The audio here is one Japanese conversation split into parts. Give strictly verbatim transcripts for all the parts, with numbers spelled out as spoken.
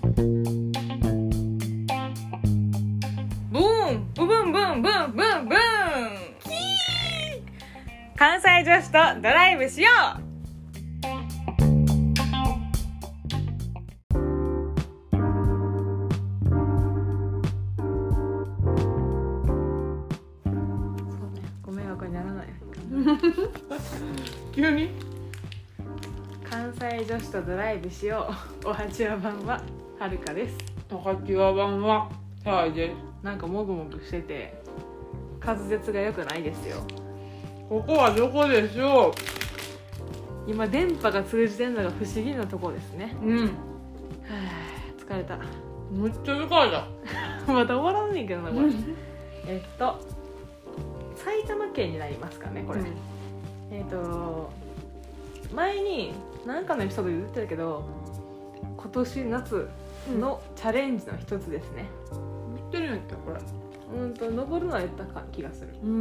ブーンブブンブンブンブンブンキー関西女子とドライブしよう。 急に関西女子とドライブしよう。おはちわ版ははるかです。 おはちわ版ははいです。 なんかもぐもぐしてて滑舌が良くないですよ。 ここはどこでしょう。 今電波が通じてるのが不思議なところですね。 うん。 はぁ疲れた。 めっちゃ疲れた。 また終わらんねんけどなこれ。えっと埼玉県になりますかねこれ。うん、えっと前に何かのエピソードで言ってたけど今年夏のチャレンジの一つですね。 言ってるんやっけこれ。 うんと登るのは言った気がする。 うん。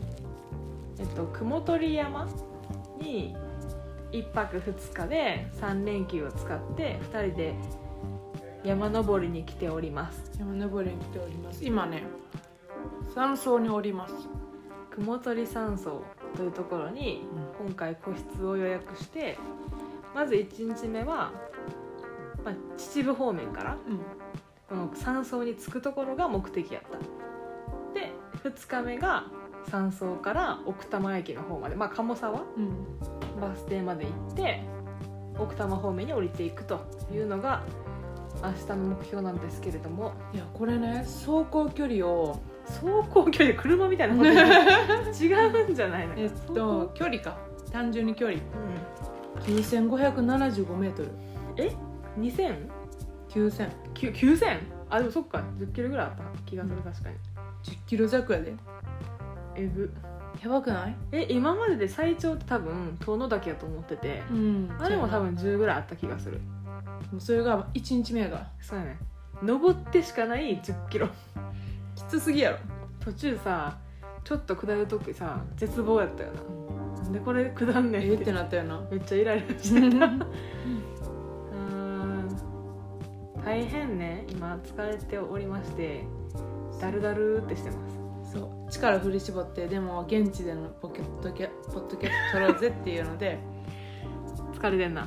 えっと雲取山にいっぱくふつかでさん連休を使ってふたりで山登りに来ております。 山登りに来ております。今ね山荘におります。 雲取山荘というところに今回個室を予約して、まずいちにちめは、まあ、秩父方面から、うん、この山荘に着くところが目的やった。でふつかめが山荘から奥多摩駅の方まで、まあ鴨沢、うん、バス停まで行って奥多摩方面に降りていくというのが明日の目標なんですけれども、 いやこれね走行距離を走行距離車みたいなこと違うんじゃないの。 えっと距離か単純に距離、うん、にせんごひゃくななじゅうごメートル。 えにせんきゅうせんきゅうせんあでもそっかじゅっキロぐらいあった気がする。確かにじゅっキロ弱やで。 えぐやばくない？ え今までで最長って多分遠野岳やと思ってて、うん、あれも多分じゅうぐらいあった気がする。 それがいちにちめがそうやね登ってしかないじゅっキロきつすぎやろ。途中さちょっと下るときさ絶望やったよな、うん、なんでこれ下んねんって、 えー、ってなったよな。 めっちゃイライラしてたうん大変ね今疲れておりましてダルダルってしてます。 そう力振り絞ってでも現地でのポケットキャポッドキャスト撮ろうぜっていうので疲れてんな、うん、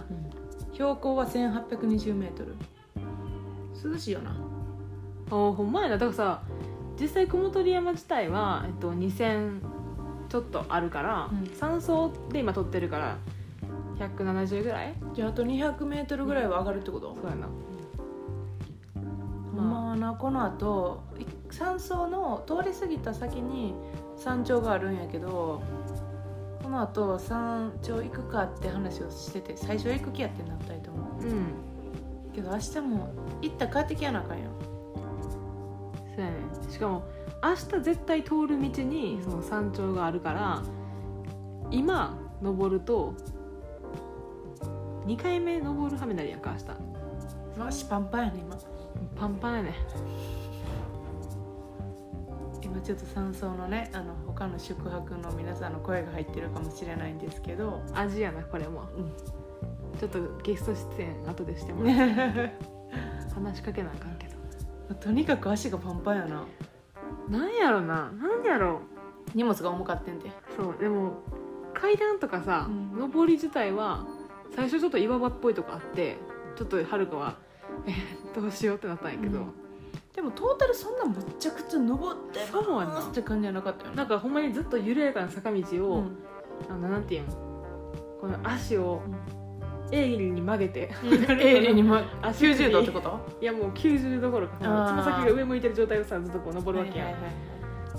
標高はせんはっぴゃくにじゅうメートル。涼しいよな。 あほんまやな。だからさ実際雲取山自体は、えっと、にせんちょっとあるから、うん、山荘で今撮ってるからひゃくななじゅうぐらい。 じゃああとにひゃくメートルぐらいは上がるってこと、 うん、そうやな、 うん、まあなこの後山荘の通り過ぎた先に山頂があるんやけどこの後山頂行くかって話をしてて最初は行く気やってなったりと思う、うん、けど明日も行った帰ってきやなあかんよ。 そうやね。しかも明日絶対通る道にその山頂があるから今登るとにかいめ登るはめになるやんか明日。 わしパンパンやね今。 パンパンやね今ちょっと山荘のねあの他の宿泊の皆さんの声が入ってるかもしれないんですけど味やなこれも、うん、ちょっとゲスト出演後でしてもらって話しかけなあかんけどとにかく足がパンパンやな。 なんやろななんでやろ荷物が重かってんで。 そうでも階段とかさ、うん、上り自体は最初ちょっと岩場っぽいとこあってちょっとはるかはえー、どうしようってなったんやけど、うん、 でもトータルそんなむっちゃくちゃ登ってそうやなって感じじゃなかったよね。 なんかほんまにずっと緩やかな坂道を、うん、あのなんていうんこの足を、うん鋭利に曲げて鋭利に曲げきゅうじゅうどってこと？ いやもうきゅうじゅうどころかつま先が上向いてる状態をさずっとこう登るわけやん、はいはいはい、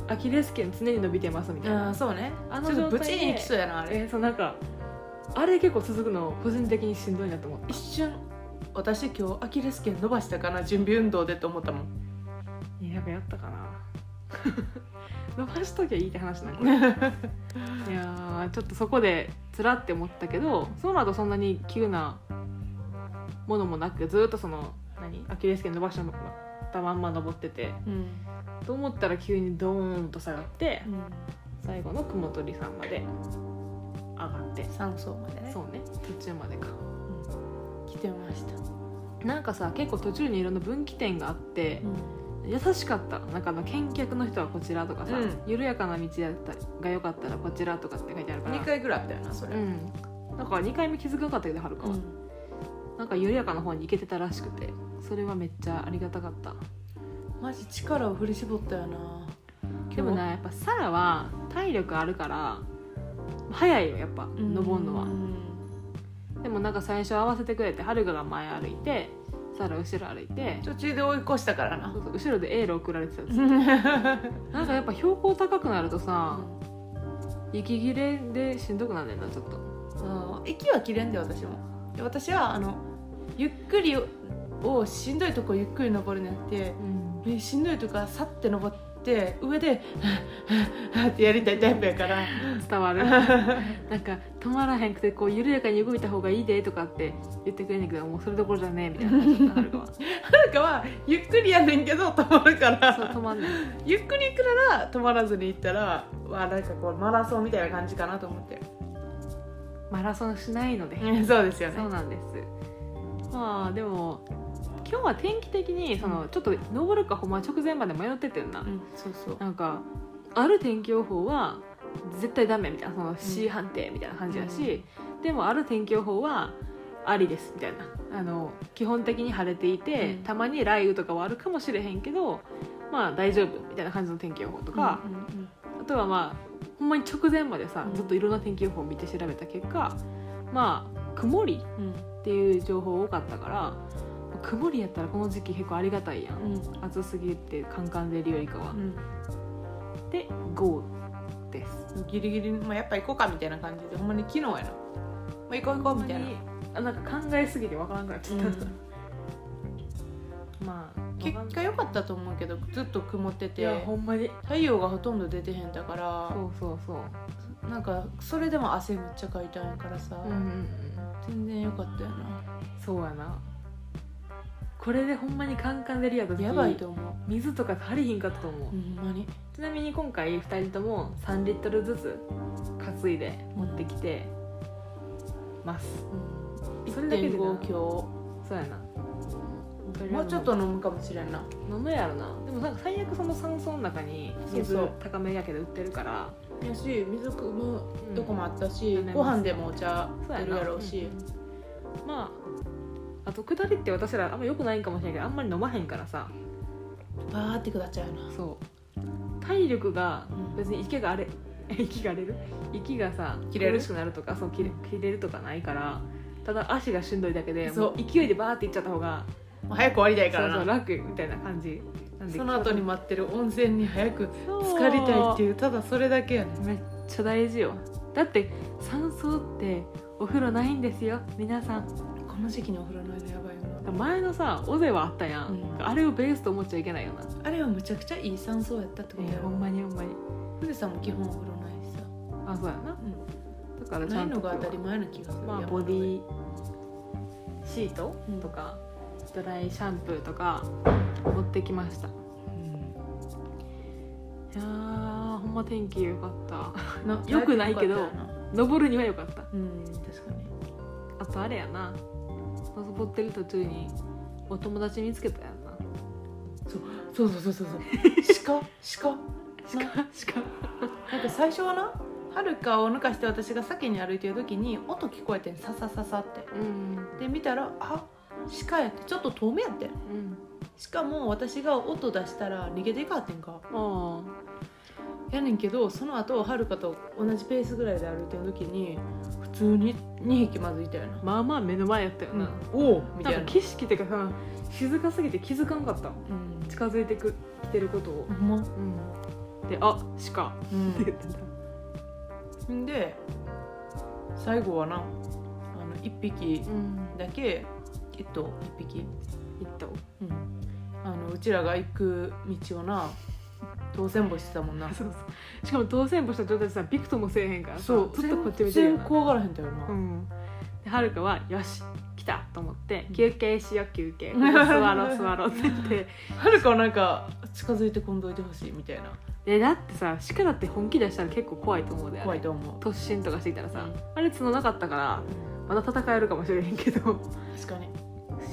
アキレス腱常に伸びてますみたいな。 あそうね。あの状態でブチンいきそうやなあれ。 えー、そうなんかあれ結構続くの個人的にしんどいなと思った。 一瞬私今日アキレス腱伸ばしたかな準備運動でと思ったもん。 いややっぱやったかな伸ばしときゃいいって話なんかいやちょっとそこでつらって思ったけどその後そんなに急なものもなくずっとその何アキレス腱伸ばしたまんま登ってて、うん、と思ったら急にドーンと下がって、うん、最後の雲取山まで上がって山荘までね。 そうね途中までか、 うん、来てました。 なんかさ結構途中にいろんな分岐点があって、うん、優しかった。なんかあの見客の人はこちらとかさ、うん、緩やかな道だったがよかったらこちらとかって書いてあるから。 にかいぐらいあったよなそれ、うん、 なんかにかいめ気づかなかったけどはるかは、うん、なんか緩やかな方に行けてたらしくて、それはめっちゃありがたかった。 マジ力を振り絞ったよな。 でもなやっぱサラは体力あるから早いよやっぱ登るのは、うん、でもなんか最初合わせてくれて、はるかが前歩いてサラ後ろ歩いて、 途中で追い越したからな。 そうそう後ろでエール送られてたんですなんかやっぱ標高高くなるとさ、うん、息切れでしんどくなんねんなちょっと。 あ息は切れんで私も。私はあのゆっくりをしんどいとこゆっくり登るんじゃなくて、うん、しんどいとこはさって登って上でってやりたいタイプやから伝わるなんか止まらへんくてこう緩やかに動いた方がいいでとかって言ってくれんねんけど、もうそれどころじゃねえみたいな感じだったはるかははるかはゆっくりやねんけど止まるからそう止まんねんゆっくり行くなら止まらずに行ったらわなんかこうマラソンみたいな感じかなと思って。 マラソンしないのでそうですよね。 そうなんです。まあでも今日は天気的にその、うん、ちょっと登るかほんま直前まで迷っててんな、うん、そうそうなんかある天気予報は絶対ダメみたいなその C 判定みたいな感じだし、うん、でもある天気予報はありですみたいな、あの基本的に晴れていて、うん、たまに雷雨とかはあるかもしれへんけどまあ大丈夫みたいな感じの天気予報とか、うんうんうん、あとはまあほんまに直前までさ、うん、ずっといろんな天気予報を見て調べた結果まあ曇りっていう情報多かったから、曇りやったらこの時期結構ありがたいやん、うん、暑すぎってカンカン照りよりかは、うん、で ゴー ですギリギリ、まあ、やっぱ行こうかみたいな感じでほんまに昨日やな、まあ、行こう行こうみたいなあなんか考えすぎてわからんくなっちゃった、うん、まあ結果良かったと思うけどずっと曇ってて、いやほんまに太陽がほとんど出てへんだから、 そうそうそうなんかそれでも汗めっちゃかいたんやからさ、うんうんうん、全然良かったよな。 そうやな、これでほんまにカンカン照りやった時やばいと思う。 水とか足りひんかったと思う、 ほんまに。 ちなみに今回ふたりともさんリットルずつ担いで持ってきてます、 うん、それだけでな。いってんご強。 そうやな、 もうちょっと飲むかもしれんな。 飲むやろな。でもなんか最悪その酸素の中に水高めやけど売ってるからやし、水汲むとこもあったし、うん、ご飯でもお茶出るやろうし、 うん、まああと下りって私らあんま良くないんかもしれないけどあんまり飲まへんからさバーって下っちゃうな。 そう体力が別に息があれ、うん、息が荒れる息がさ切れる苦しくなるとかそう切れ、切れるとかないから、ただ足がしんどいだけでもう勢いでバーっていっちゃった方が早く終わりたいからな。 そうそう楽みたいな感じなんで、その後に待ってる温泉に早く浸かりたいっていうただそれだけやね。 めっちゃ大事よ。だって酸素ってお風呂ないんですよ皆さん。 この時期にお風呂ないのやばいよな。 前のさ尾瀬はあったやん、うん、あれをベースと思っちゃいけないよな。 あれはむちゃくちゃいい酸素やったってことやろ、 えー、ほんまにほんまに。 富士山も基本お風呂ないしさ。 あそうやな、うん、だからちゃんとないのが当たり前な気がする。 まあボディシートとか、うん、ドライシャンプーとか持ってきました、うん、いやーほんま天気良かったよくないけど登るには良かった。 うん確かに。 あとあれやな、登ってる途中にお友達見つけたやんな。 そうそうそうそうそう鹿鹿鹿鹿なんか最初はな、はるかを抜かして私が先に歩いてる時に音聞こえてん、ササササって、うん、で見たらあ鹿やって、ちょっと遠目やってん、うん、しかも私が音出したら逃げていかってんか。あやねんけど、その後はるかと同じペースぐらいで歩いてる時に普通ににひきまずいたよな。 まあまあ目の前やったよな、 うん、おおみたいな。 なんか景色っていうかさ静かすぎて気づかんかった、うん、近づいてく来てることを、 うんまうん、であ鹿、うん、って言ってた。んで最後はな、あのいっぴきだけ、うん、えっといっぴき一頭、 うん、あのうちらが行く道をな当選簿してたもんな。 そうそうしかも当選簿した状態でさビクともせえへんからさ、 そうずっとこっち見てるよな。 全然怖がらへんだよな、 うん、ではるかはよし来たと思って休憩しよう休憩座ろう座ろうって言ってはるかはなんか近づいてこんどいてほしいみたいな。 えだってさ鹿だって本気出したら結構怖いと思うで。 怖いと思う。 突進とかしてきたらさ、うん、あれ角なかったからまだ戦えるかもしれへんけど確かに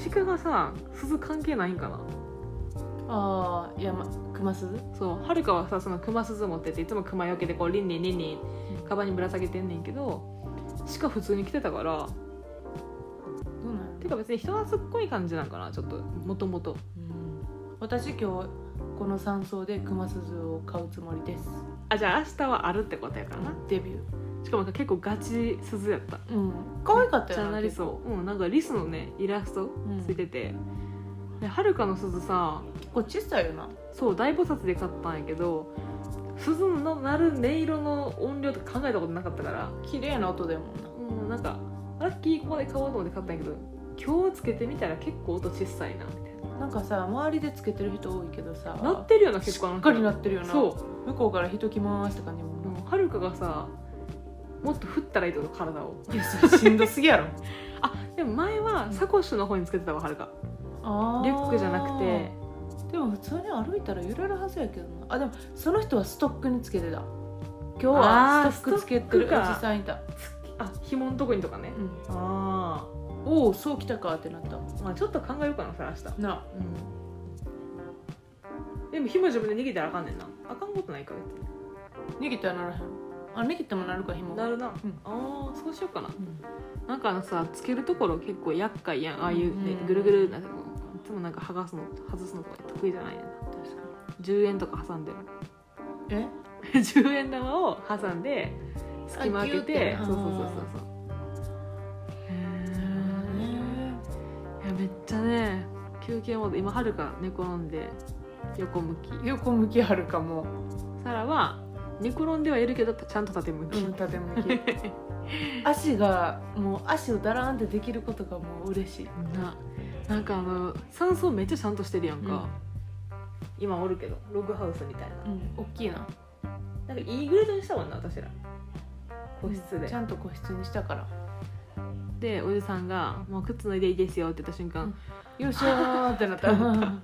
鹿がさ鈴関係ないんかな。 ああ、いや、ま、熊鈴。 そうはるかはさその熊鈴持ってていつも熊よけでこうリンリンリンリンカバンにぶら下げてんねんけど、鹿普通に来てたから、 どうなんてか別に人はすっごい感じなんかな、ちょっともともと。 私今日この山荘で熊鈴を買うつもりです。 あ、じゃあ明日はあるってことやからな、 デビュー。 しかも結構ガチ鈴やった。 うん、可愛かったよな。 めっちゃなりそう。うん、なんかリスのねイラストついてて、うん、ではるかの鈴さ結構小さいよな。 そう大菩薩で買ったんやけど、鈴の鳴る音色の音量とか考えたことなかったから、 綺麗な音だもんな。うん、なんかラッキーここで買おうと思って買ったんやけど、今日つけてみたら結構音小さいなみたいな。 なんかさ周りでつけてる人多いけどさ、 鳴ってるよな結構。 しっかり鳴ってるよな。 そう向こうから人来ますって感じもんな。 はるかがさもっと振ったらいいと体を。 いやそれしんどすぎやろ。 あ、でも前はサコッシュの方につけてたわ、はるか。リュックじゃなくて。 でも普通に歩いたら揺れるはずやけどな。あ、でもその人はストックにつけてた。今日はストックつけてるおじさんいた。 あ、紐のとこにとかね、 うん、 ああ、 おおそうきたかってなった。 まあちょっと考えようかなそれ明日な、 うん、でも紐自分で握ったらあかんねんな。あかんことないか握ったらならへん。あ、握ってもなるか紐なるな、うん、ああそうしようかな、うん、なんかあのさつけるところ結構厄介やん。ああいう、ね、ぐるぐるなってもいつもなんか剥がすの外すのとか得意じゃないねんな。確かにじゅうえんとか挟んでる。 えじゅうえん玉を挟んで隙間開けて、そうそうそうそうそう。へえ。いやめっちゃね休憩モード。今はるか寝転んで横向き。 横向きはるかも。 サラは寝転んではいるけどちゃんと縦向き。 うん、縦向き。足がもう足をだらーんってできることがもう嬉しいな。なんかあの山荘めっちゃちゃんとしてるやんか、うん、今おるけどログハウスみたいな、 うん、大きいな。 なんかいいグレードにしたもんな私ら個室で、 うん、ちゃんと個室にしたから。 でおじさんが「もう靴脱いでいいですよ」って言った瞬間、 うん、よっしゃーってなった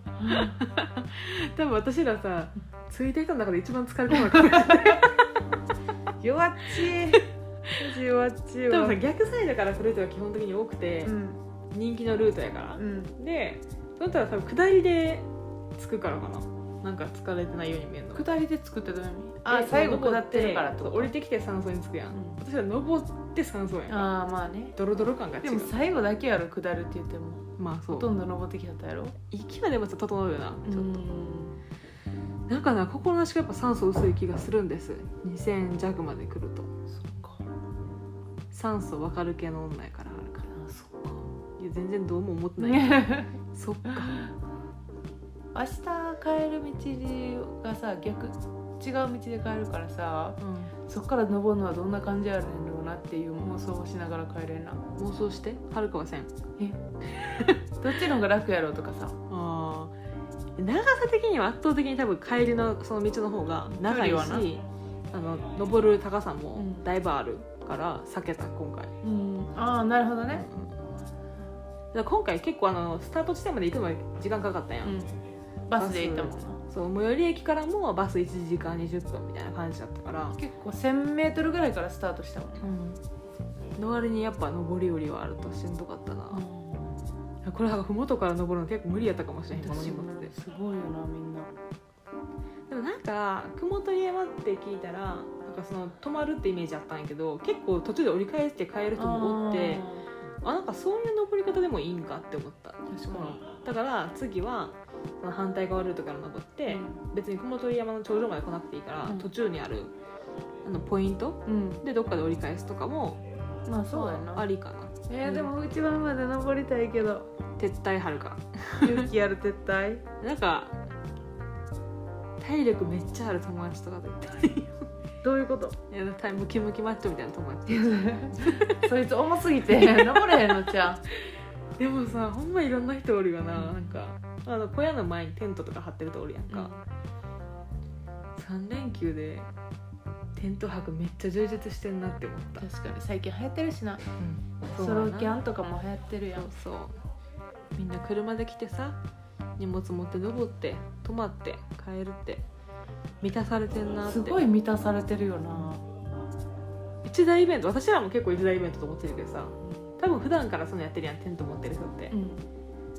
多分私らさついてきた中で一番疲れてるかもしれない弱っち弱っち多分さ逆サイドから来る人が基本的に多くて、うん、人気のルートやから、 うん、 でその人は多分下りで着くからかな。なんか疲れてないように見えるの。 下りで作ってどういう意味？あ、最後下ってるからってこと。 降りてきて山荘に着くやん、うん、私は登って山荘やん。 あーまあね、 ドロドロ感が違う。 でも最後だけやろ下るって言っても。 まあそうほとんど登ってきたやろ。 息はでも整うよなちょっと。なんかな心なしかやっぱ酸素薄い気がするんです。にせん弱まで来ると。 そっか。 酸素分かる系の女やからあるから。そっか。いや全然どうも思ってないそっか。 明日帰る道がさ逆違う道で帰るからさ、うん、そっから登るのはどんな感じやるんだろうなっていう妄想をしながら帰れんな。 妄想してはるかはせん。 えどっちの方が楽やろうとかさ。 あ長さ的には圧倒的に多分帰りのその道の方が長いし、あの登る高さもだいぶあるから避けた今回、 うん、ああなるほどね、 うん、今回結構あのスタート地点まで行くのに時間かかったやん、うん、 バスで行ったもんな。 そう最寄り駅からもバスいちじかんにじゅっぷんみたいな感じだったから結構 せんメートル ぐらいからスタートしたもんね、 うん、の割にやっぱ上り下りはあるとしんどかったな、うん、これふもとから登るの結構無理やったかもしれへんこの荷物ですごいよなみんな。 でもなんか雲取山って聞いたらなんかその泊まるってイメージあったんやけど結構途中で折り返して帰る人もおってあなんかそういう登り方でもいいんかって思った。 確かに。 だから次はその反対側ルートから登って、うん、別に雲取山の頂上まで来なくていいから、うん、途中にあるあのポイント、うん、でどっかで折り返すとかもまあそうやな、 まあ、ありかな。 えー、でも一番まで登りたいけど撤退はるか勇気ある撤退なんか体力めっちゃある友達とかと言ったらいいよ。 どういうこと？ いやムキムキマッチョみたいな友達そいつ重すぎて登れへんのちゃう。でもさほんまいろんな人おるよな。なんかあの小屋の前にテントとか張ってるとおるやんか、うん、さん連休でテント泊めっちゃ充実してんなって思った。 確かに最近流行ってるしな、うん、ソロキャンとかも流行ってるやん。 そうそうみんな車で来てさ荷物持って登って泊まって帰るって満たされてんなって。 すごい満たされてるよな。 一大イベント私らも結構一大イベントと思ってるけどさ多分普段からそのやってるやんテント持ってる人って、うん、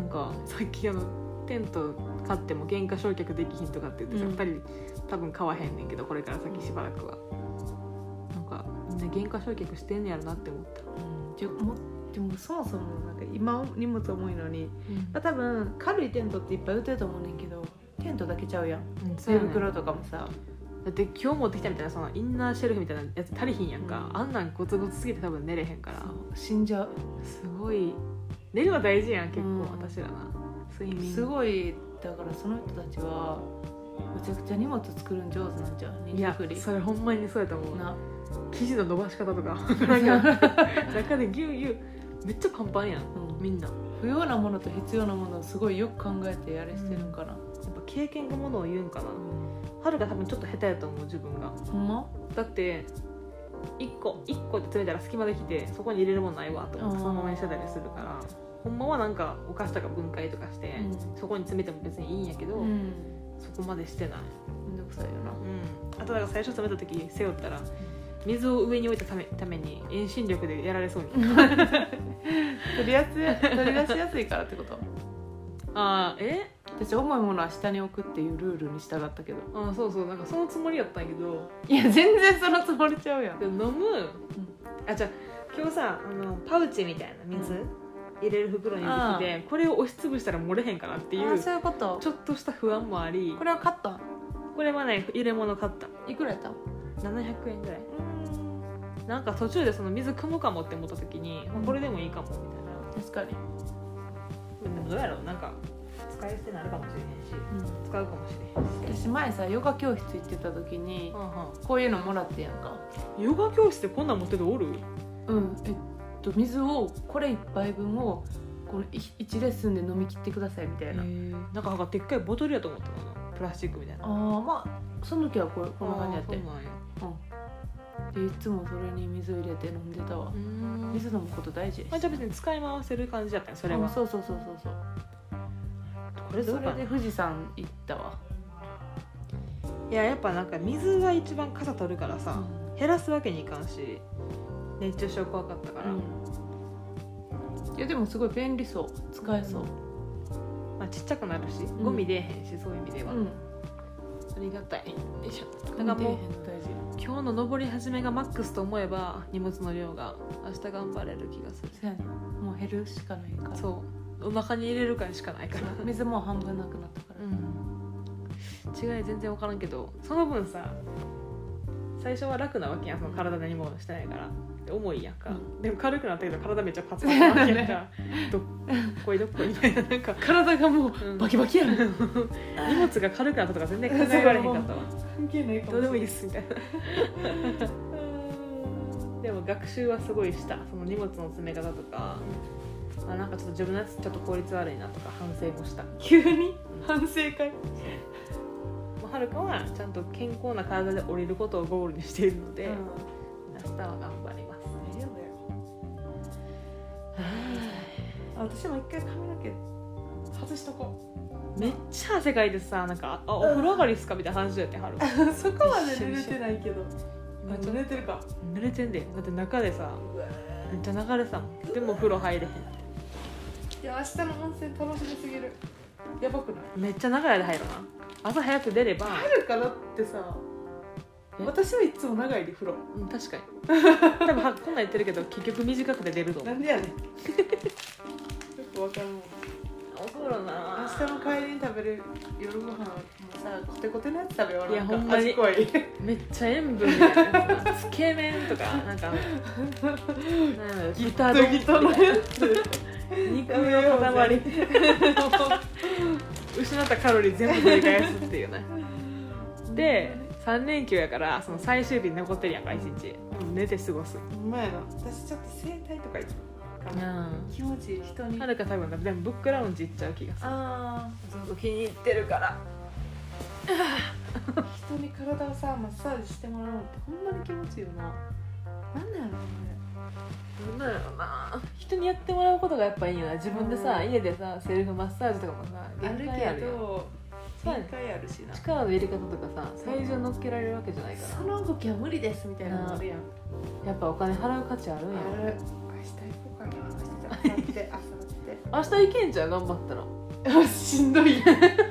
なんかさっきあのテント買っても原価償却できひんとかって言ってさ、うん、ふたり多分買わへんねんけどこれから先しばらくはなんかみんな原価償却してんねやろなって思った、 うん、じゃもでもそもそもなんか今荷物重いのに、うんまあ、多分軽いテントっていっぱい売ってると思うねんけどテントだけちゃうやん、うん、寝袋とかもさだって今日持ってきたみたいなそのインナーシェルフみたいなやつ足りひんやんか、うん、あんなんゴツゴツすぎて多分寝れへんから死んじゃうすごい寝るの大事やん結構、うん、私らな睡眠すごいだからその人たちはめちゃくちゃ荷物作るん上手なんじゃん。 いやそれほんまにそうやと思うな生地の伸ばし方とかなんか中でギュウギュウめっちゃパンパンやん、うん、みんな不要なものと必要なものをすごいよく考えてやれしてるんかな、うん、やっぱ経験がものを言うんかな、うん、春が多分ちょっと下手やと思う自分がほんまだっていっこいっこって詰めたら隙間できてそこに入れるものないわと思ってそのままにしてたりするからほんまはなんかお菓子とか分解とかして、うん、そこに詰めても別にいいんやけど、うん、そこまでしてないめんどくさいよな、 うん、あとなんか最初詰めた時背負ったら水を上に置いたため、ために遠心力でやられそうに取りやすい取り出しやすいからってことああえ私重いものは下に置くっていうルールに従ったけどあそうそうなんかそのつもりやったんやけどいや全然そのつもりちゃうやんで飲む、うん、あじゃあ今日さあのパウチみたいな水、うん入れる袋に入れてこれを押しつぶしたら漏れへんかなっていうそういうことちょっとした不安もありこれは買った？ これはね入れ物買ったいくらやった？ ななひゃくえんぐらいなんか途中でその水汲むかもって思った時に、うん、これでもいいかもみたいな確かにでもどうやろうなんか使い捨てになるかもしれへんし、うん、使うかもしれへんし私前さヨガ教室行ってた時に、うんうん、こういうのもらってやんかヨガ教室ってこんなん持ってるおる？ うんえ水をこれいっぱいぶんをこのいちレッスンで飲み切ってくださいみたいななんかなんかでっかいボトルやと思ったのプラスチックみたいなああまあその時はこれこんな感じやってそうなんや、うん、でいつもそれに水入れて飲んでたわ水飲むこと大事やし、 まあ、じゃあ別に使い回せる感じだったねそれは、うん、 そうそうそうそうそうこれそれで富士山行ったわいややっぱなんか水が一番傘取るからさ、うん、減らすわけにいかんし熱中症怖かったから、うん、 いやでもすごい便利そう使えそう、うんまあ、ちっちゃくなるし、うん、ゴミ出えへんしそういう意味では、うん、ありがたいよいしょだからもう今日の登り始めがマックスと思えば荷物の量が明日頑張れる気がするそうやねもう減るしかないからそうお腹に入れるかしかないから水もう半分なくなったから、 うん、違い全然分からんけどその分さ最初は楽なわけやんその体何もしてないから重いやんか、うん、でも軽くなったけど体めっちゃパツパツなわけやんかどっこいどっこいみたいななんか体がもうバキバキやん、うん、 荷物が軽くなったとか全然考えられへんかったわ関係ないかもどうでもいいですみたいなでも学習はすごいしたその荷物の詰め方とか、あなんかちょっと自分のやつちょっと効率悪いなとか反省もした急に反省会はるかはちゃんと健康な体で降りることをゴールにしているので、うん、明日は頑張ります。 大丈夫よ。あ私も一回髪の毛外しとこう。めっちゃ汗かいてさなんかあお風呂上がりっすかみたいな話やってはるそこまで濡れてないけどめっちゃ濡れてるか濡れてんでだって中でさめっちゃ流れてたもんでも風呂入れへんいや明日の温泉楽しみすぎるやばくないめっちゃ長いで入るな朝早く出れば入るかなってさ私はいつも長いで風呂、 うん、確かに多分こんなん言ってるけど結局短くて出ると思うなんでやねんよくわかんないお風呂な明日の帰りに食べる夜ご飯もさコテコテのやつ食べよういやほんまにめっちゃ塩分みたいなつけ麺とかなんかギターギターのやつ肉の塊失ったカロリー全部取り返すっていうねでさん連休やからその最終日に残ってるやんかいちにち寝て過ごすうまいな私ちょっと整体とか行く気持ちいい人にはるか多分でもブックラウンジ行っちゃう気がするあそうそう気に入ってるから人に体をさマッサージしてもらうのってほんまに気持ちいいよななんだよねなんだろうな人にやってもらうことがやっぱいいよな自分でさ、うん、家でさセルフマッサージとかもさ限界あるけど限界あるしな力の入れ方とかさ最重乗っけられるわけじゃないからその動きは無理ですみたいなのあるやんやっぱお金払う価値あるんやある明日行こうかな明日明後日明後日明日行けんじゃん頑張ったら。 しんどい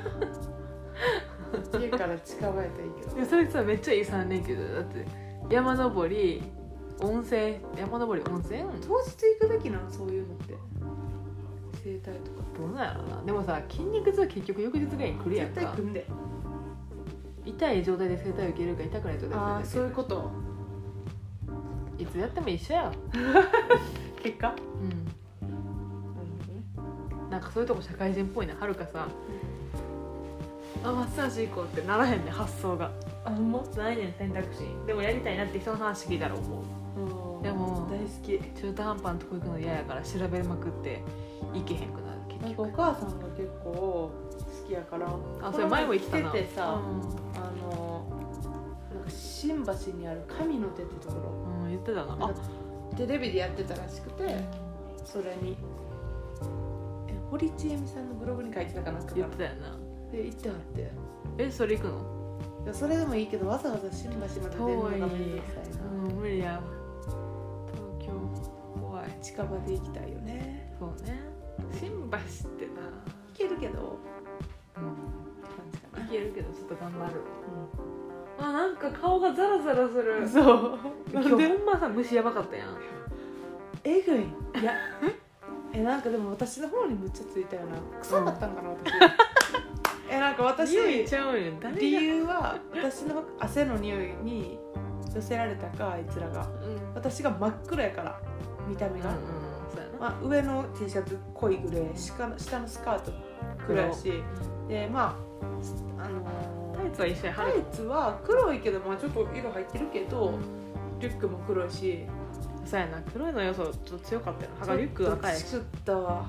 家から近場やったらいいけど。 いやそれさめっちゃいいさん連休だよ。だって山登り温泉山登り温泉当日行くべきなのそういうのって整体とかどうなんやろな。でもさ筋肉痛は結局翌日ぐらいに来るやんか。 絶対来んで。 痛い状態で整体受けるか痛くない状態で整体受けるか。 ああそういうこと。 いつやっても一緒や結果うんなるほどね。 なんかそういうとこ社会人っぽいな。はるかさ、あマッサージ行こうってならへんね発想が。 あんまないねん選択肢。でもやりたいなって人の話聞いたら思う。でも大好き。 中途半端なとこ行くの嫌やから調べまくって行けへんくなる結なんか局。 お母さんが結構好きやから。 あそれ前も言ってたな。 来ててさ、 うん、 あのなんか新橋にある神の手ってところ、 うん、言ってたな。 あテレビでやってたらしくて、それにえ堀ちえみさんのブログに書いてたかな。 言ってたよな。 で行ってはって。 えそれ行くの？ いやそれでもいいけどわざわざ新橋まで出るのがめんどくさいな。 うん無理や。東京怖い。 近場で行きたいよね。 そうね。新橋ってな行けるけど、 うん感じかな。 いけるけどちょっと頑張る。うん、あなんか顔がザラザラする。 そう今日ほんまさ虫やばかったやん。 えぐい。いやえなんかでも私の方にむっちゃついたよな。臭かったんかな、うん、私えなんか私匂いちゃうよ。誰が理由は私の汗の匂いに寄せられたかあいつらが、 うん、 私が真っ黒やから見た目が、 うんうんそうやな。 まあ、上の T シャツ濃いグレー、下の下のスカート黒やし、でまああのー、 タイツは一緒や。 タイツは黒いけど、まあ、ちょっと色入ってるけど、うん、リュックも黒いし、 そうやな。黒いの要素ちょっと強かったよな。はがリュック赤い。 しくったわ。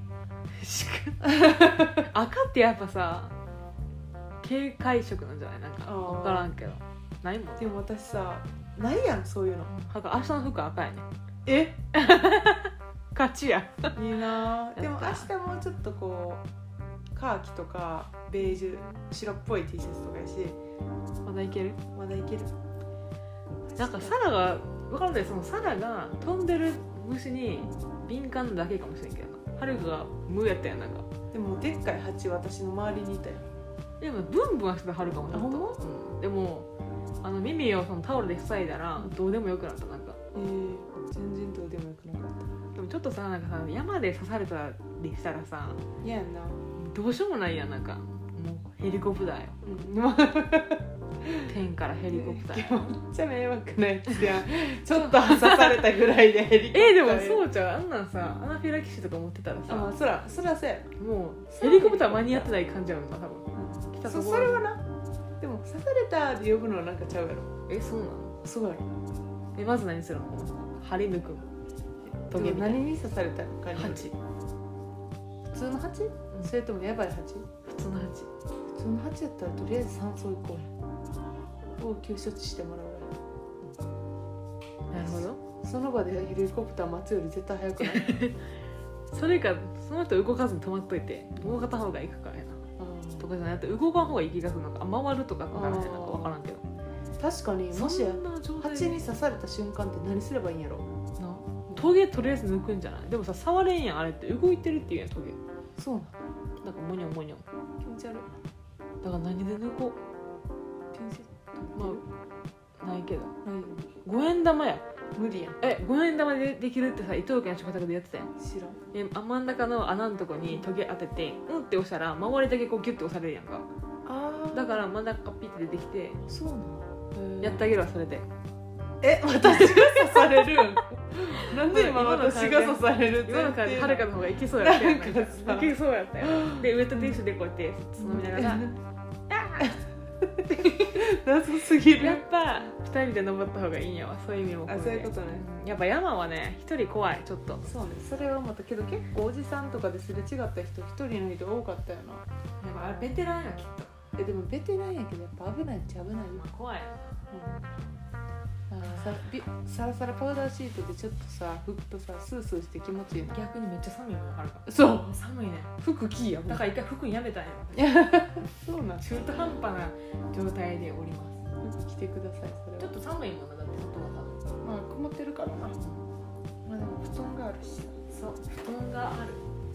赤ってやっぱさ警戒色なんじゃない？なんか分からんけどないもん。 でも私さないやんそういうの。 はが明日の服赤やね。 え勝ちや。 いいな。でも明日もちょっとこうカーキとかベージュ白っぽい T シャツとかやしまだいける？ まだいける。 なんかサラが分からない。そのサラが飛んでる虫に敏感なだけかもしれんけどな。はるかが無やったやん。なんかでもでっかい蜂私の周りにいたよ。 でもブンブンはしてはるかもちょっと、うん、でもあの耳をそのタオルで塞いだらどうでもよくなった。なんかえー、全然どうでもよくなかった。 でもちょっとさなんかさ山で刺されたりしたらさ嫌やんな。 どうしようもないやん。なんかもうヘリコプターよ、 うん、 天からヘリコプター。 めっちゃ迷惑なやつやんちょっと刺されたぐらいでヘリコプター。 えー、でもそうちゃう。あんなんさアナフィラキシーとか持ってたらさ、 あそらそらそうや。 もうヘリコプター間に合ってない感じやもんな多分、うん、来たところそそれはな。でも刺されたで呼ぶのはなんかちゃうやろ。 えそうなの？ そうやろ。 えまず何するの？針抜くの？トゲみたいな。 何に刺されたのかに。 蜂。 普通の蜂、うん、それともやばい蜂？ 普通の蜂。 普通の蜂やったらとりあえず酸素行こう。応急処置してもらうわ。 なるほど。 その場でヘリコプター待つより絶対早くない？ それかその人動かずに止まっといてもう片方が行くからやな、うん、とかじゃなくて動かん方がいい気がする。なんか回るとかからへんなんか分からんけど。 確かにもし蜂に刺された瞬間って何すればいいんやろな。 トゲとりあえず抜くんじゃない？でもさ触れんやん。あれって動いてるっていうやんトゲ。 そうなの？ なんかモニョモニョ気持ち悪い。 だから何で抜こう。まあないけど。五円玉や。 無理やん。 え五円玉でできるってさ伊藤家の食卓でやってたやん。 知らん。 え真ん中の穴のとこにトゲ当ててうんって押したら周りだけこうギュッて押されるやんか。 あだから真ん中ピッて出てきて。 そうなの？ やってあげるわそれで。 え私が刺されるなんで今私が刺される？ 今の感じはるかの方がいけそうやったよ。なんかいけそうやったよ。でウエットティッシュでこうやってつまみながら謎すぎる。 やっぱふたりで登った方がいいんやわ。そういう意味もあそういうことね。 やっぱ山はね一人怖いちょっと。 そうね。それはまたけど結構おじさんとかですれ違った人一人の人多かったよな。 やっぱあれベテランやきっと。 えでもベテランやけどやっぱ危ないっちゃ危ないよ。 怖い。 うん、さ, びサラサラパウダーシートでちょっとさ拭くとさスースーして気持ちいいの。 逆にめっちゃ寒いもんあるから。 そう寒いね。 服着いやだから一回服やめたんや。 そうなん。 中途半端な状態でおります。 服着てください。それはちょっと寒いもんな。だって外はさまあ曇ってるからな。まあでも布団があるし。 そう布団がある。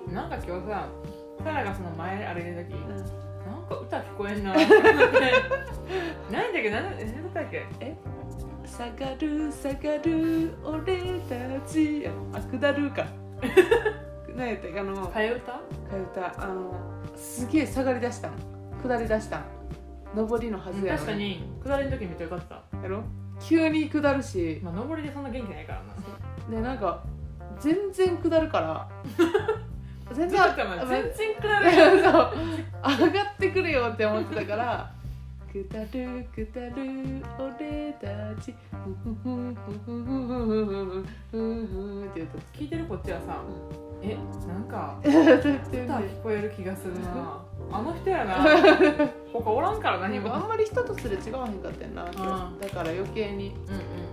なんか今日さサラがその前歩いてる時、うん、なんか歌聞こえんな何だっけ何だっけえ下がる下がる俺たちあ下るか何やったっけあの替え歌替え歌あのすげえ下がりだしたん下りだしたん上りのはずやの確かに下りの時めっちゃよかったやろ急に下るし、 まあ、上りでそんな元気ないからなねなんか全然下るから全然全然下るそう上がってくるよって思ってたから下る下る俺たちふふふふふふって言うと聞いてるこっちはさえなんか歌聞こえる気がするなあの人やな他おらんから何もあんまり人とすれ違わへんかったよなだから余計にうんうん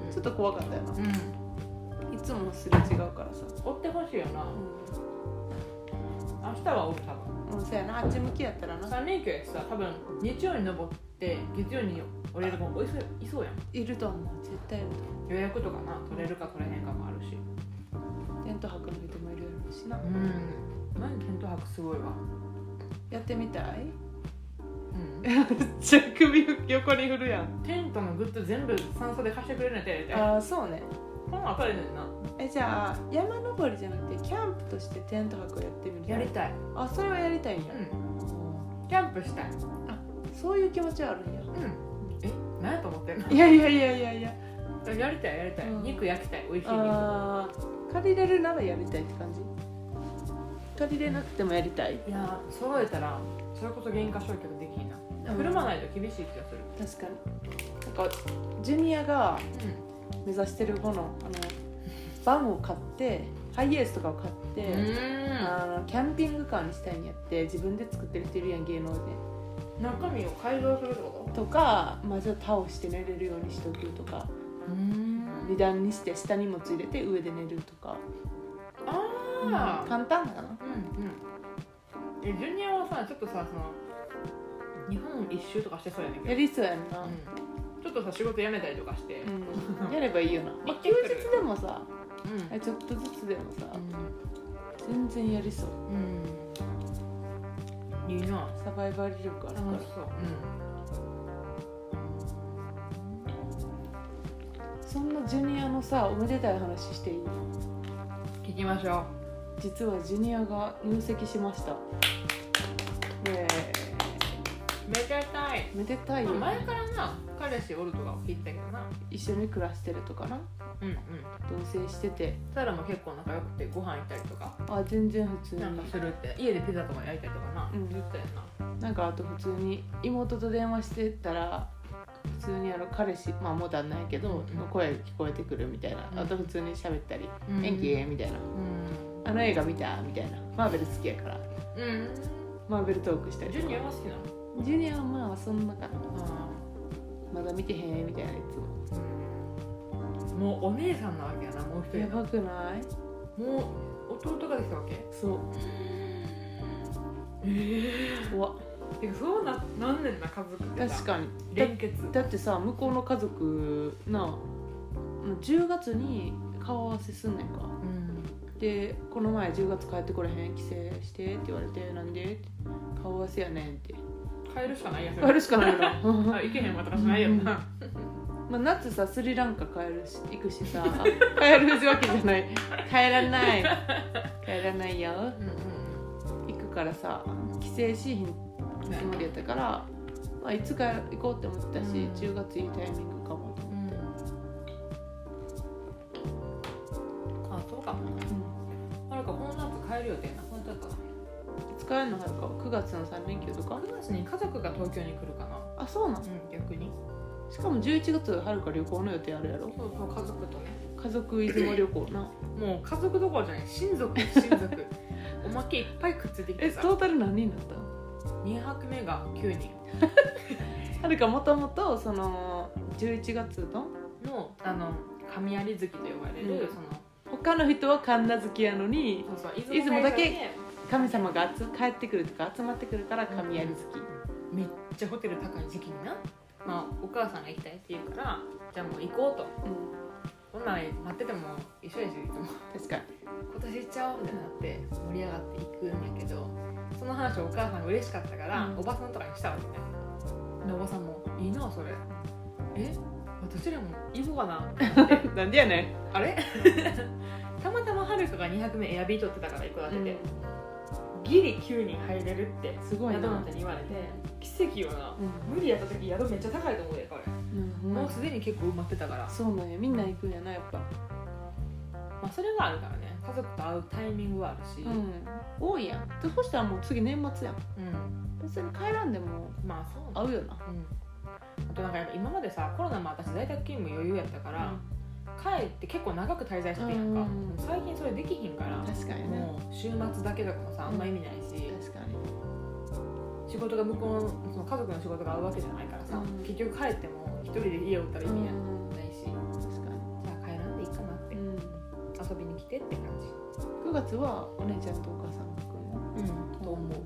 ちょっと怖かったよな、 うん、 いつもすれ違うからさ。 追ってほしいよな、 う明日はおる多分。 ん、うん、そうやな、あっち向きやったらな。 さん連休やしさ、多分日曜に登って月曜に降りる子もいそういそうやん。 いると思う、絶対いると思予約とかな、取れるか取れへんかもあるし。 う。テント泊の人もいるやろうしな。 うん、何テント泊すごいわ。 やってみたい？ うん、 めっちゃ首横に振るやん。 テントのグッズ全部酸素で貸してくれるんやって。 ああ、そうね。 この後でねんな。 え、じゃあ山登りじゃなくてキャンプとしてテント泊をやってみる。 やりたい。 あ、それはやりたいんや。 うん、キャンプしたい。 あ、そういう気持ちはあるんや。 うん、え、何やと思ってんの？ いやいやいやいやいや。 やりたいやりたい、うん、肉焼きたい、美味しい肉。 あー、借りれるならやりたいって感じ。借りれなくてもやりたい。 いや、揃えたらそれこそ原価償却できひんな。車ないと厳しい気がする。 確かに。なんかジュニアがう目指してるこのあのバンを買ってハイエースとかを買ってん、 あのキャンピングカーにしたいんやって。自分で作ってる人いるやん、芸能で。 中身を改造するってことか、まあ、ちょっと倒して寝れるようにしておくとか、 と？うん二段にして下に荷物入れて上で寝るとか。 あうん、 あ、 簡単だな。 うんうん。え、ジュニアはさ、ちょっとさ、その日本一周とかしてそうやねんけど。 やりそうやんな、 うん、ちょっとさ、仕事辞めたりとかして、 うん、やればいいよな、まあ、休日でもさ、 うん、 ちょっとずつでもさ、 う全然やりそう。 ん、うん、いいな。 サバイバル力あるから。 楽しそう。 そんなジュニアのさ、おめでたい話していい？ うん、聞きましょ実はジュニアが入籍しました。ねう。めでたい。 めでたいよ、ね、 前からな、彼氏おるとか聞いてたけどな。 一緒に暮らしてるとかな、 うんうん。 同棲してて。 サラも結構仲良くてご飯行ったりとかあ、全然普通になんかするって、家でピザとか焼いたりとかな、 うん言ったよな。 なんかあと普通に妹と電話してたら普通にあの彼氏、まあもう旦那やけど、 うんうん、 の声聞こえてくるみたいな、 うん、 あと普通に喋ったり、 うん、 元気みたいな、 うん、 あの映画見たみたいな、マーベル好きやから、 うん、 マーベルトークしたりとか。 ジュニアは好きなの？ ジュニアはまあそんなかな、 あ、 まだ見てへんみたいないつも。 うん、もうお姉さんなわけやな、もう一人。 やばくない？ もう弟ができたわけ？ そう。 ええー、 怖っ。 てかそうな、なんねんな、家族ってさ。 確かに。 連結だってさ、向こうの家族なじゅうがつに顔合わせすんねんか、 うん、 でこの前じゅうがつ帰ってこれへん、帰省してって言われて、なんでって顔合わせやねんって。 帰るしかないやつ。 帰るしかないのあ、行けへんわとかしないよな、 まあ、夏さスリランカ帰るし行くしさ帰るわけじゃない、帰らない帰らないよ、 うんうん、 行くからさ、帰省しひんつもりやったから、まあ、いつか行こうって思ってたし、うん、じゅうがついいタイミングかもと思って、 うん、あ、そうかも、うん、はるかこの夏帰る予定な、本当だったな。 使えるのはるかくがつのさん連休とか。 くがつに家族が東京に来るかな。 あ、そうなの、うん、 逆に。 しかもじゅういちがつはるか旅行の予定あるやろ。 そうそう、家族とね、 家族出雲旅行なもう家族どころじゃない、親族親族おまけいっぱいくっついてきてさ。 え、トータル何人だったの？ にはくめがきゅうにん。 はるかもともとそのじゅういちがつののあの神有月と呼ばれる、うん、その他の人は神無月やのに、 そうそう、 出雲だけ神様が帰ってくるとか集まってくるから神有月、 うん、めっちゃホテル高い時期にな、まあ、お母さんが行きたいって言うから、じゃあもう行こうと、うん、こんなん待ってても一緒やし、いつも確かに今年行っちゃおうみたいになって盛り上がっていくんやけど、その話をお母さんが嬉しかったから、うん、おばさんとかにしたわけね。でおばさんもいいなそれ、え、私らも行こうかなってなんでやねん、あれたまたまはるかがにはくめエアビー取ってたから行くわけで、うん、ギリきゅうにん入れるってすごいな宿なんて言われて、奇跡よな、うん、無理やった時宿めっちゃ高いと思うでこれ、うん、もうすでに結構埋まってたから。 そうなんや、みんな行くんやなやっぱ、 まあ、それがあるからね、家族と会うタイミングはあるし、 うん、多いやん。そしたらもう次年末やん、 うん、 別に帰らんでもまあそう会うよな、 うん、あとなんかやっぱ今までさ、コロナも私在宅勤務余裕やったから、うん、帰って結構長く滞在しててやんか、うん、最近それできひんから、 確かにね、 もう週末だけとかもさ、あんま意味ないし、 うん、確かに仕事が向こうの、その家族の仕事が合うわけじゃないからさ、うん、結局帰っても一人で家を売ったら意味ないし、 うん、確かに遊びに来てって感じ。 くがつはお姉ちゃんとお母さんが来るの？ うんと思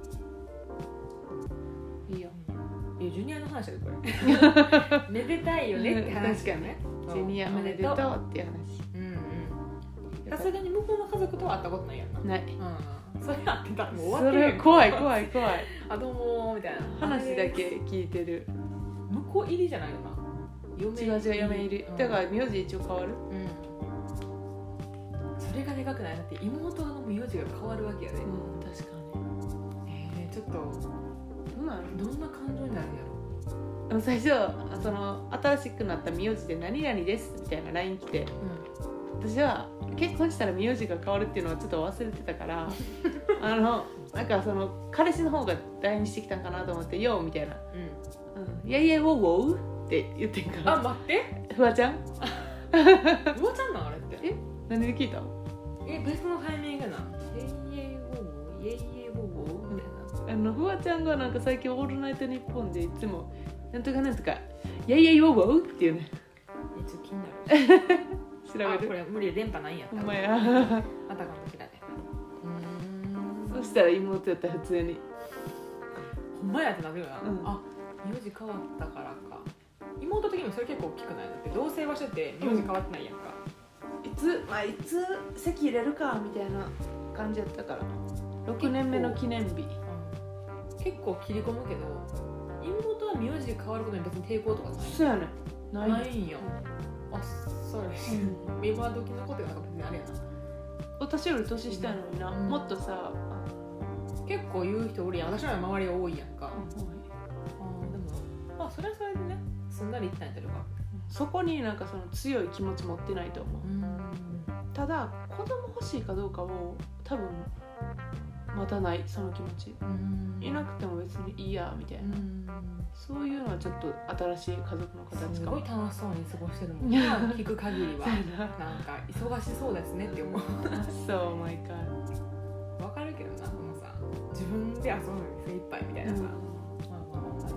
う。いいよ。 いやジュニアの話だよこれ。めでたいよねって話。 確かにね。ジュニアおめでとうっていう話。うんうん。さすがに向こうの家族とは会ったことないやんな。 ない。 うん。それ会ってたらもう終わってるやん。 それ怖い怖い怖い。 あどうもみたいな話だけ聞いてる。 向こう入りじゃないよな。 違う違う嫁入り。だから名字一応変わる。うん。 それがでかくない？だって妹の名字が変わるわけやで。うん確かに。えー、ちょっとどうなの？ どんな感情になるんやろ。 でも最初その新しくなった名字で何々ですみたいな ライン 来て、うん、私は結婚したら名字が変わるっていうのはちょっと忘れてたからあのなんかその彼氏の方が ライン してきたんかなと思って「よ」みたいな「うん、いやいやウォウォウ」って言ってんから。 あ待ってフワちゃんフワちゃんなんあれってえ何で聞いたえ別のタイミングなイエイエイウォウウォイエイエイウォウウォウみたいな。 あのフワちゃんがなんか最近オールナイトニッポンでいつもなんとかなんとかいやいやいやウォウウォウっていうね。 えちょっと気になる調べる。 あこれ無理で電波ないんやった。 ほんまや。 あたかもしらね。 うーんそしたら妹やったら普通にほんまやってなるよな、 うん、 あ名字変わったからか。妹的にもそれ結構大きくない？だって同棲はしてて名字変わってないやんか、 うん、いつ、まあ、いつ籍入れるかみたいな感じやったからろくねんめの記念日。 結構、うん、結構切り込むけど妹は名字変わることに別に抵抗とかない。 そうやねないないんよ、うん、あそうです、うん、今時のことがなんか別にあれやな。 私より年下やのにな、うん、もっとさ結構言う人おるやん。私の周りは多いやんか、うん、あでもあそれはそれでねすんなりいったんやったらか。 そこになんかその強い気持ち持ってないと思う。うんただ子供欲しいかどうかを多分またないその気持ち。うんいなくても別にいいやみたいな。うんそういうのはちょっと新しい家族の形かも。 すごい楽しそうに過ごしてるもんね聞く限りはなんか忙しそうですねって思うそう毎回わかるけどなこのさ自分で遊ぶのに精一杯みたいなさ、うん、まあまあまあ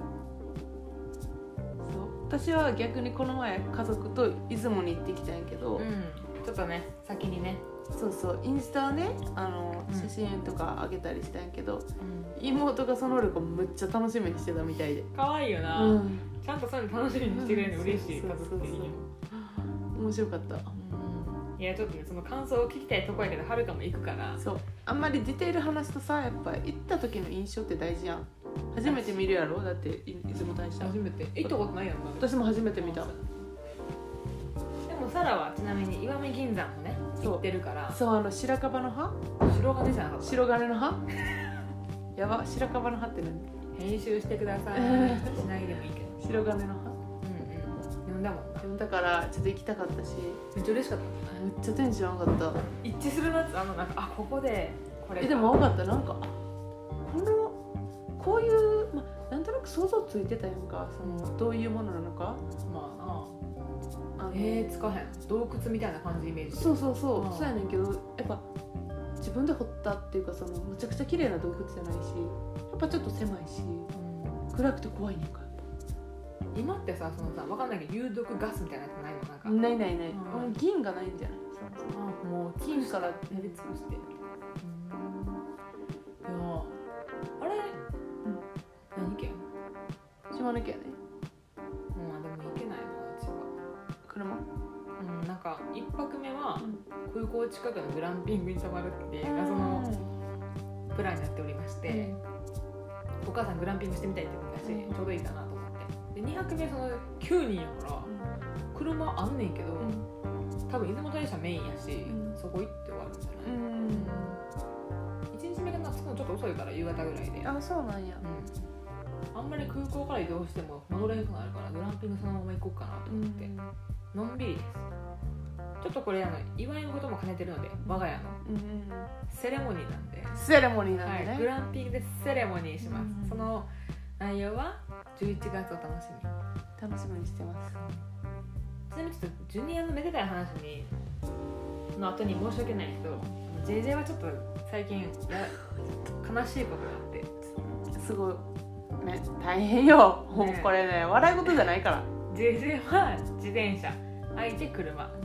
そう私は逆にこの前家族と出雲に行ってきたんやけど、うん、 ちょっとね先にねそうそうインスタねあの、うん、写真とかあげたりしたんやけど、うん、妹がその旅行むっちゃ楽しみにしてたみたいで可愛いよな、うん、ちゃんとそういうの楽しみにしてくれるの嬉しい、うん、家族的にも面白かった、うん、 いやちょっとねその感想を聞きたいとこやけどはるかも行くからそうあんまりディテール話すとさやっぱ行った時の印象って大事やん。初めて見るやろだって出雲大社初めて行ったことないやんな。 私も初めて見た。 でもサラはちなみに石見銀山もね行ってるからそうあの白樺の葉白金じゃなかった白金の葉やば白樺の葉って何編集してくださいしないでもいいけど白金の葉うんうん読んだもんな。 読んだからちょっと行きたかったしめっちゃ嬉しかった。 めっちゃテンション上がった。 一致するなってあのなんかあここでこれえでも分かったなんかこのこういう、まあ、なんとなく想像ついてたやんかそのどういうものなのかまあなあえー、つかへん洞窟みたいな感じイメージ。 そうそうそうそうやねんけどやっぱ自分で掘ったっていうかそのむちゃくちゃ綺麗な洞窟じゃないしやっぱちょっと狭いし、うん、暗くて怖いねんか。 今ってさそのさ分かんないけど有毒ガスみたいなやつないのなんかないないない、うん、銀がないんじゃない。 そうそうもう金から練り尽くして島根県ね。 まあでも行けないなうちは。 車？ うんなんか一泊目は空港近くのグランピングに泊まるっていう謎のプランになっておりまして、うん、お母さんグランピングしてみたいって言ってたし、うん、ちょうどいいかなと思って。でにはくめそのきゅうにんやから、うん、車あんねんけど、うん、多分出雲大社メインやし、うん、そこ行って終わるんじゃない？うん、いちにちめが着くのちょっと遅いから夕方ぐらいで。 あそうなんや。 うんあんまり空港から移動しても戻れなくなるからグランピングそのまま行こうかなと思って、うん、のんびりです。ちょっとこれあの祝いのことも兼ねてるので我が家のセレモニーなんで、 セレモニーなんでね、 はい、グランピングでセレモニーします、うん、その内容はじゅういちがつを楽しみ楽しみにしてます。 ちなみにちょっとジュニアのめでたい話にの後に申し訳ないけど ジェイジェイ はちょっと最近や悲しいことがあってすごいね、大変よ、ね、これね笑い事じゃないから。 ジェイジェイ は自転車相手車で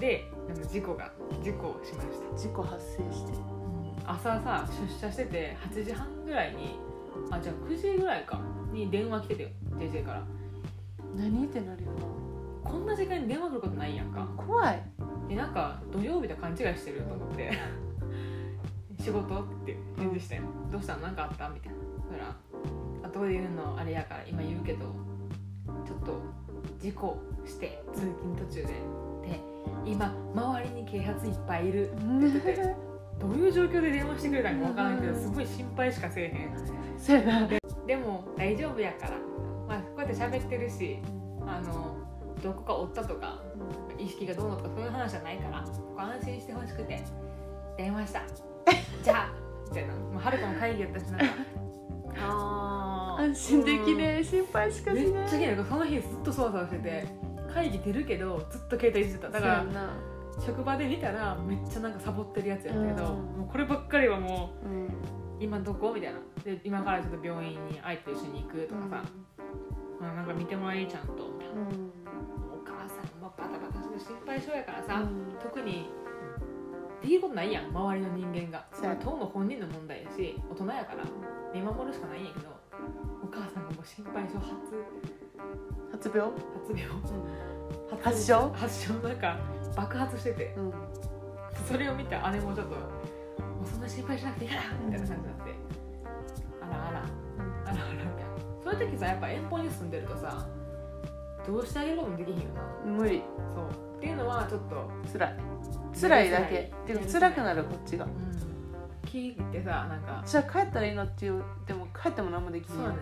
事故が事故をしました。 事故発生して、 朝さ出社しててはちじはんぐらいに、あじゃあくじぐらいかに電話来ててよ ジェイジェー から。 何ってなるよな。 こんな時間に電話来ることないやんか。 怖い。 でなんか土曜日と勘違いしてると思って仕事って返事して、うん、どうしたのなんかあったみたいな。そしたら後で言うのあれやから今言うけどちょっと事故して通勤途中で、で今周りに警察いっぱいいるって言っててどういう状況で電話してくれたのか分からんけどすごい心配しかせえへん。 そうやな。 で, でも大丈夫やから、まあ、こうやって喋ってるし、あのどこかおったとか意識がどうのとかそういう話じゃないから安心してほしくて電話したじゃあみたいな。もうはるかも会議やったしなんかあ安心できねえ、うん、心配しかしない。 めっちゃ気になる。その日ずっとそわそわしてて会議出るけどずっと携帯いじってた。だから職場で見たらめっちゃなんかサボってるやつやったけど、うん、もうこればっかりはもう、うん、今どこみたいな。で今からちょっと病院に相手と一緒に行くとかさ、うんまあ、なんか見てもらいちゃんと、うん、お母さんもバタバタして心配性やからさ、うん、特にできることないやん周りの人間が。それは当の本人の問題やし大人やから見守るしかないんやけど、お母さんがもう心配性発発病発病、 うん、発症発症なんか爆発してて、うん、それを見た姉もちょっともうそんな心配しなくていいからみたいな感じになって、うん、あらあら、うん、あらあらみたいな。そういう時さやっぱ遠方に住んでるとさどうしてあげることもできひんよな。 無理。 そうっていうのはちょっと辛い辛いだけでも辛くなるこっちが、うん、 聞いてさなんかじゃあ帰ったらいいのって言うでも帰っても何もできない。 そうだね。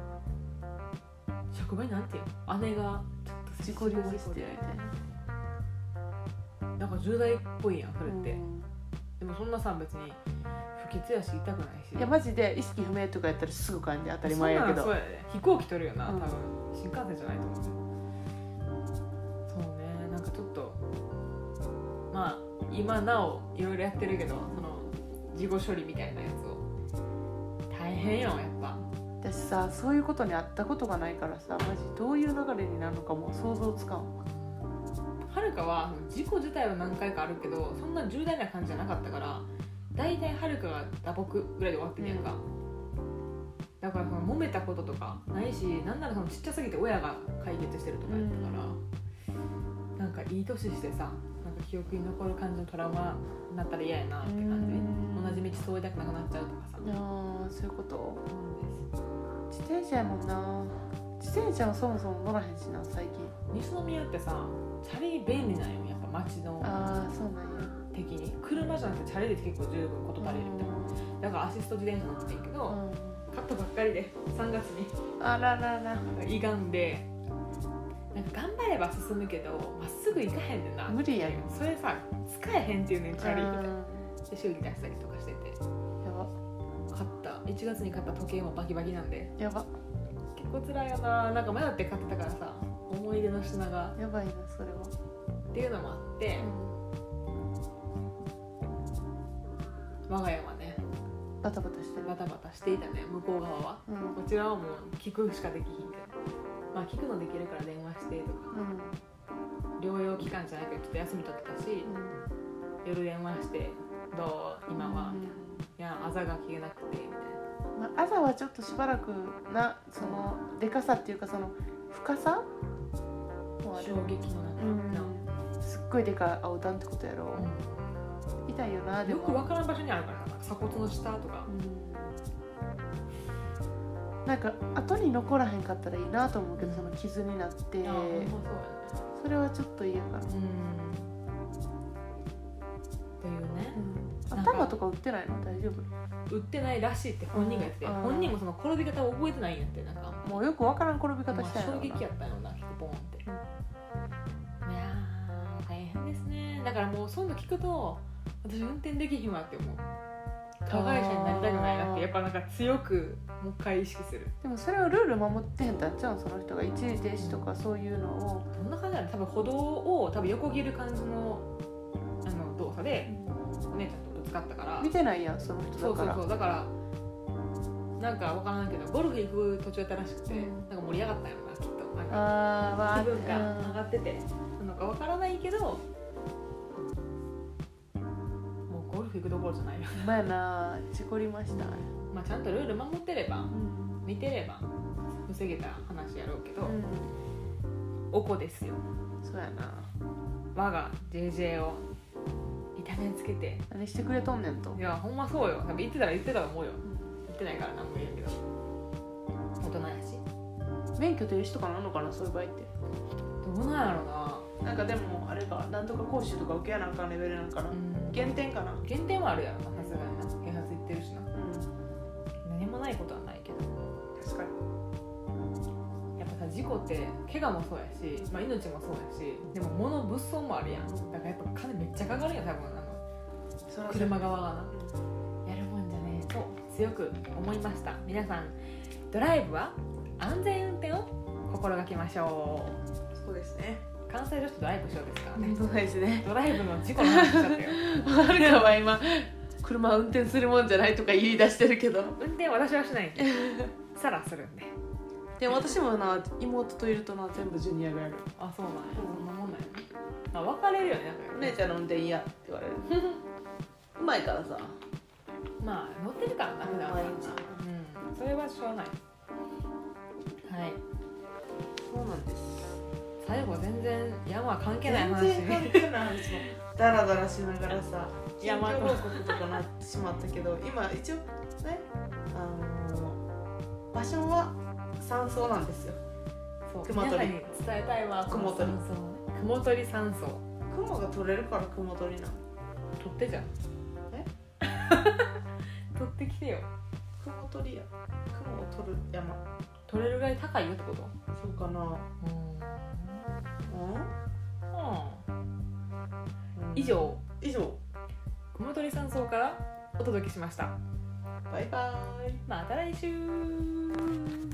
職場になんていうの姉がちょっと事故りをしてみたいな。なんか重大っぽいやんそれって、うん、でもそんなさ別に不潔やし痛くないし。 いやマジで意識不明とかやったらすぐ感じ当たり前やけど。 そうやね。飛行機取るよな、うん、多分新幹線じゃないと思う。そうね。なんかちょっとまあ今なおいろいろやってるけどその事後処理みたいなやつを大変よやっぱ。 私さそういうことにあったことがないからさマジどういう流れになるのかも想像つかん。 はるかは事故自体は何回かあるけどそんな重大な感じじゃなかったからだいたいはるかが打撲ぐらいで終わってるやんか、うん、だからその揉めたこととかないしなんならそのちっちゃすぎて親が解決してるとかやったから、うん、なんかいい年してさなんか記憶に残る感じのトラウマになったら嫌やなって感じ、うん、同じ道通りたくなくなっちゃうとかさ。 あそういうこと。自転車やもんな。自転車はそもそも乗らへんしな最近。 西宮ってさチャリ便利なんよやっぱ街のあそうなんや的に車じゃなくてチャリで結構十分こと足りるみたいな。だからアシスト自転車乗ってんけど、うん、買ったばっかりでさんがつにあららら胃がんでなんか頑張れば進むけどまっすぐ行かへんねんな。 無理やん。 それさ使えへんっていうねんチャリみたいな。で修理出したりとかしててやば。 買ったいちがつに買った時計もバキバキなんでやば。 結構辛いよな。なんか迷って買ってたからさ思い出の品がやばいなそれはっていうのもあって、うん、我が家はねバタバタしてるバタバタしていたね向こう側は、うん、こちらはもう聞くしかできひんけどまあ聞くのできるから電話してとか、うん、療養期間じゃないけどちょっと休み取ってたし、うん、夜電話してどう今は、うん、いやあざが消えなくてみたいな。 まあ、あざはちょっとしばらくなそのでかさっていうかその深さ衝撃の中、 うん、すっごいでかい青タンってことやろ、うん、痛いよな。でもよく分からん場所にあるからな鎖骨の下とか、 うん、なんか後に残らへんかったらいいなと思うけど、うん、その傷になって、 あ、ほんまそうやね、 それはちょっと嫌かな、うん、っていうね、 うん、頭とか打ってないの大丈夫？ 売ってないらしいって本人が言ってて、本人もその転び方を覚えてないんやって。なんかもうよくわからん転び方したよな、 まあ、衝撃やったよな、ボーンって、うん、いやー大変ですね。だからもうそういうの聞くと私運転できひんわって思う。加害者になりたくないなってやっぱなんか強くもう一回意識する。 でもそれはルール守ってへんたっちゃうんその人が一時停止とかそういうのを。 どんな感じなの？多分歩道を多分横切る感じのあの動作でお姉ちゃんとぶつかったから見てないやんその人だから。 そうそうそうだからなんか分からないけどゴルフ行く途中やったらしくて、うん、なんか盛り上がったんやろなきっと。なんか気分が上がっててなのか分からないけどゴルフ行くどころじゃないよ。 ほんまやな、事故りました。 まあちゃんとルール守ってれば、 うん、 見てれば防げた話やろうけど、 うん、 おこですよ。 そうやな。 我が ジェージェー を痛めつけて、 何してくれとんねんと。 いやほんまそうよ。多分言ってたら言ってたと思うよ。言ってないから何も言えんけど、大人やし。 免許停止とかなんのかな、そういう場合って。 どうなんやろな。 なんかでもあれか、なんとか講習とか受けやなあかんレベルなんかな、 うん、 減点かな。 減点はあるやろな、さすがにな。啓発言ってるしな。 うん、 何もないことはないけど、 確かに。 やっぱさ、事故って怪我もそうやし、まあ、命もそうやし、でも物物損もあるやん。だからやっぱ金めっちゃかかるやん、多分あの車側がな、うん、やるもんじゃねえと強く思いました。皆さんドライブは安全運転を心がけましょう。そうですね。 関西女子とドライブしようですからね。 そうですね。 ドライブの事故の話しちゃったよ。 はるかは今車運転するもんじゃないとか言い出してるけど、 運転私はしないんでサラするんで。 でも私もな、妹といるとな、全部ジュニアがやる。 あ、そうなんや、そんなもんなんやね。あ、分かれるよね。 お姉ちゃんの運転嫌って言われる。うまいからさ。 まあ乗ってるからな、普段は。 毎日。 うん、それはしょうがない。はい、 そうなんです。 最後全然山関係ない話。 全然関係ない話もダラダラしながらさ、近山況報告とかなってしまったけど、今一応ね、あのー、場所は山荘なんですよ。 そう、 雲取り皆さんに伝えたいわ。 雲取り山荘ね。雲取り山荘。 雲が取れるから雲取りなの。 取ってじゃん。 え取ってきてよ。 雲取りや。雲を取る山。 取れるぐらい高いよってこと？ そうかな。うん。 うん。以上以上雲取り山荘からお届けしました。 バイバイ。 また来週。